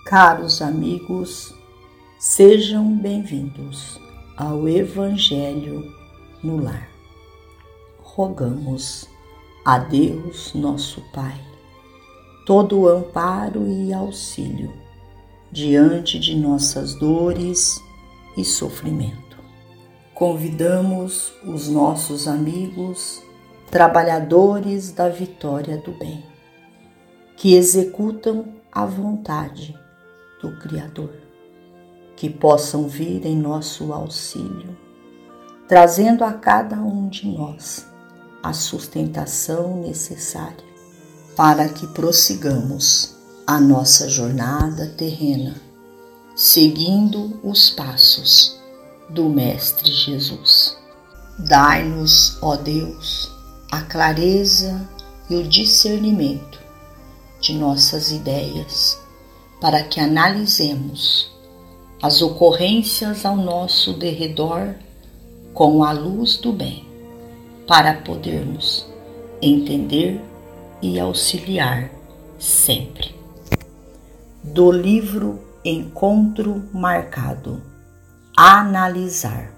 Caros amigos, sejam bem-vindos ao Evangelho no Lar. Rogamos a Deus, nosso Pai, todo o amparo e auxílio diante de nossas dores e sofrimento. Convidamos os nossos amigos, trabalhadores da vitória do bem, que executam a vontade do Criador, que possam vir em nosso auxílio, trazendo a cada um de nós a sustentação necessária para que prossigamos a nossa jornada terrena, seguindo os passos do Mestre Jesus. Dai-nos, ó Deus, a clareza e o discernimento de nossas ideias, para que analisemos as ocorrências ao nosso derredor com a luz do bem, para podermos entender e auxiliar sempre. Do livro Encontro Marcado, analisar.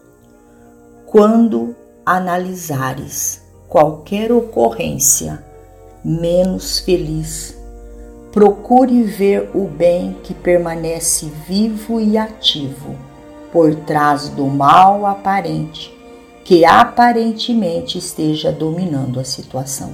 Quando analisares qualquer ocorrência menos feliz, procure ver o bem que permanece vivo e ativo por trás do mal aparente que aparentemente esteja dominando a situação.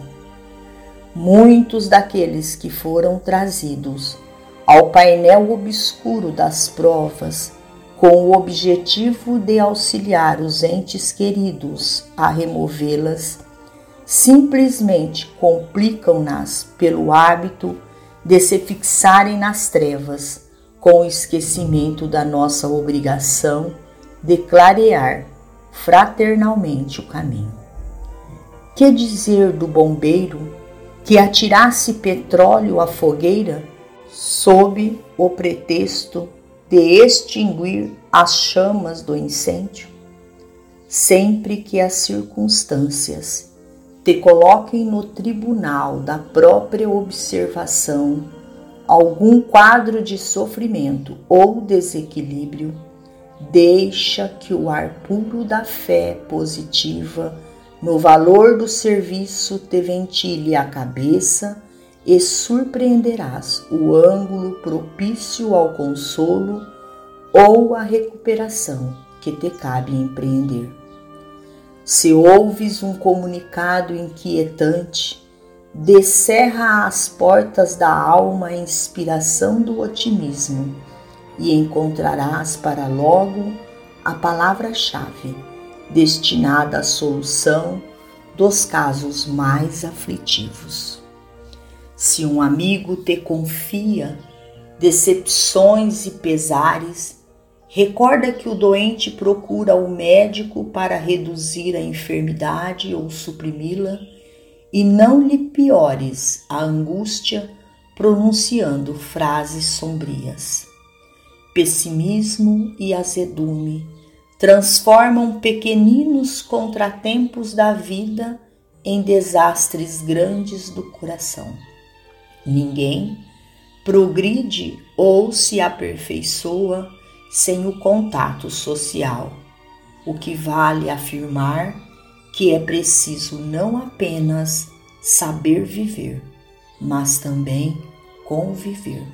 Muitos daqueles que foram trazidos ao painel obscuro das provas com o objetivo de auxiliar os entes queridos a removê-las, simplesmente complicam-nas pelo hábito de se fixarem nas trevas, com o esquecimento da nossa obrigação de clarear fraternalmente o caminho. Que dizer do bombeiro que atirasse petróleo à fogueira sob o pretexto de extinguir as chamas do incêndio? Sempre que as circunstâncias te coloquem no tribunal da própria observação algum quadro de sofrimento ou desequilíbrio, deixa que o ar puro da fé positiva no valor do serviço te ventile a cabeça e surpreenderás o ângulo propício ao consolo ou à recuperação que te cabe empreender. Se ouves um comunicado inquietante, descerra às portas da alma a inspiração do otimismo e encontrarás para logo a palavra-chave destinada à solução dos casos mais aflitivos. Se um amigo te confia decepções e pesares, recorda que o doente procura o médico para reduzir a enfermidade ou suprimi-la, e não lhe piores a angústia pronunciando frases sombrias. Pessimismo e azedume transformam pequeninos contratempos da vida em desastres grandes do coração. Ninguém progride ou se aperfeiçoa sem o contato social, o que vale afirmar que é preciso não apenas saber viver, mas também conviver.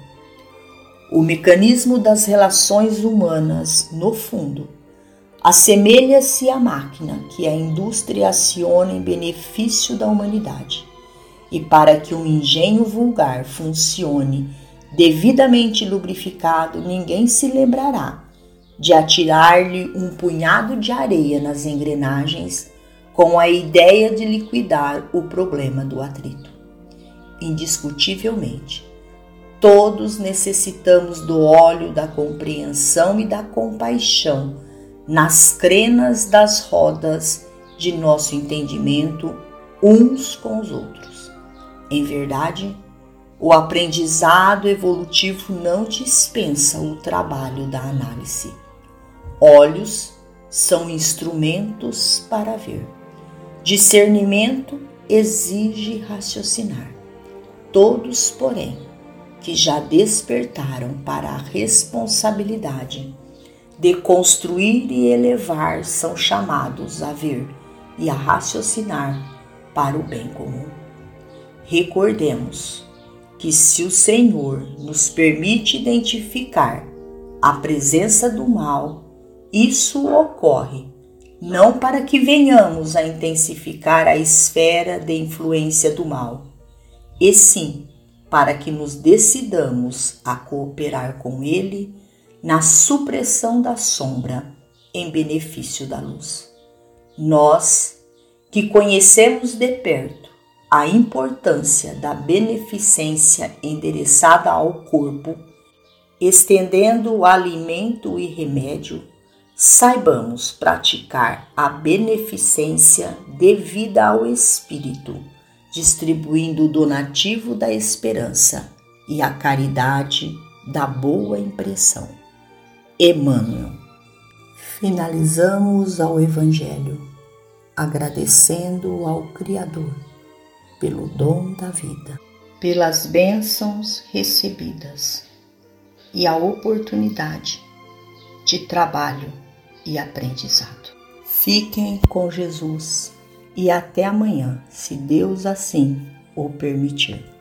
O mecanismo das relações humanas, no fundo, assemelha-se à máquina que a indústria aciona em benefício da humanidade. E para que um engenho vulgar funcione devidamente lubrificado, ninguém se lembrará de atirar-lhe um punhado de areia nas engrenagens com a ideia de liquidar o problema do atrito. Indiscutivelmente, todos necessitamos do óleo da compreensão e da compaixão nas crenas das rodas de nosso entendimento uns com os outros. Em verdade, o aprendizado evolutivo não dispensa o trabalho da análise. Olhos são instrumentos para ver. Discernimento exige raciocinar. Todos, porém, que já despertaram para a responsabilidade de construir e elevar são chamados a ver e a raciocinar para o bem comum. Recordemos que se o Senhor nos permite identificar a presença do mal, isso ocorre não para que venhamos a intensificar a esfera de influência do mal, e sim para que nos decidamos a cooperar com ele na supressão da sombra em benefício da luz. Nós, que conhecemos de perto a importância da beneficência endereçada ao corpo, estendendo o alimento e remédio, saibamos praticar a beneficência devida ao espírito, distribuindo o donativo da esperança e a caridade da boa impressão. Emmanuel. Finalizamos ao Evangelho, agradecendo ao Criador pelo dom da vida, pelas bênçãos recebidas e a oportunidade de trabalho e aprendizado. Fiquem com Jesus e até amanhã, se Deus assim o permitir.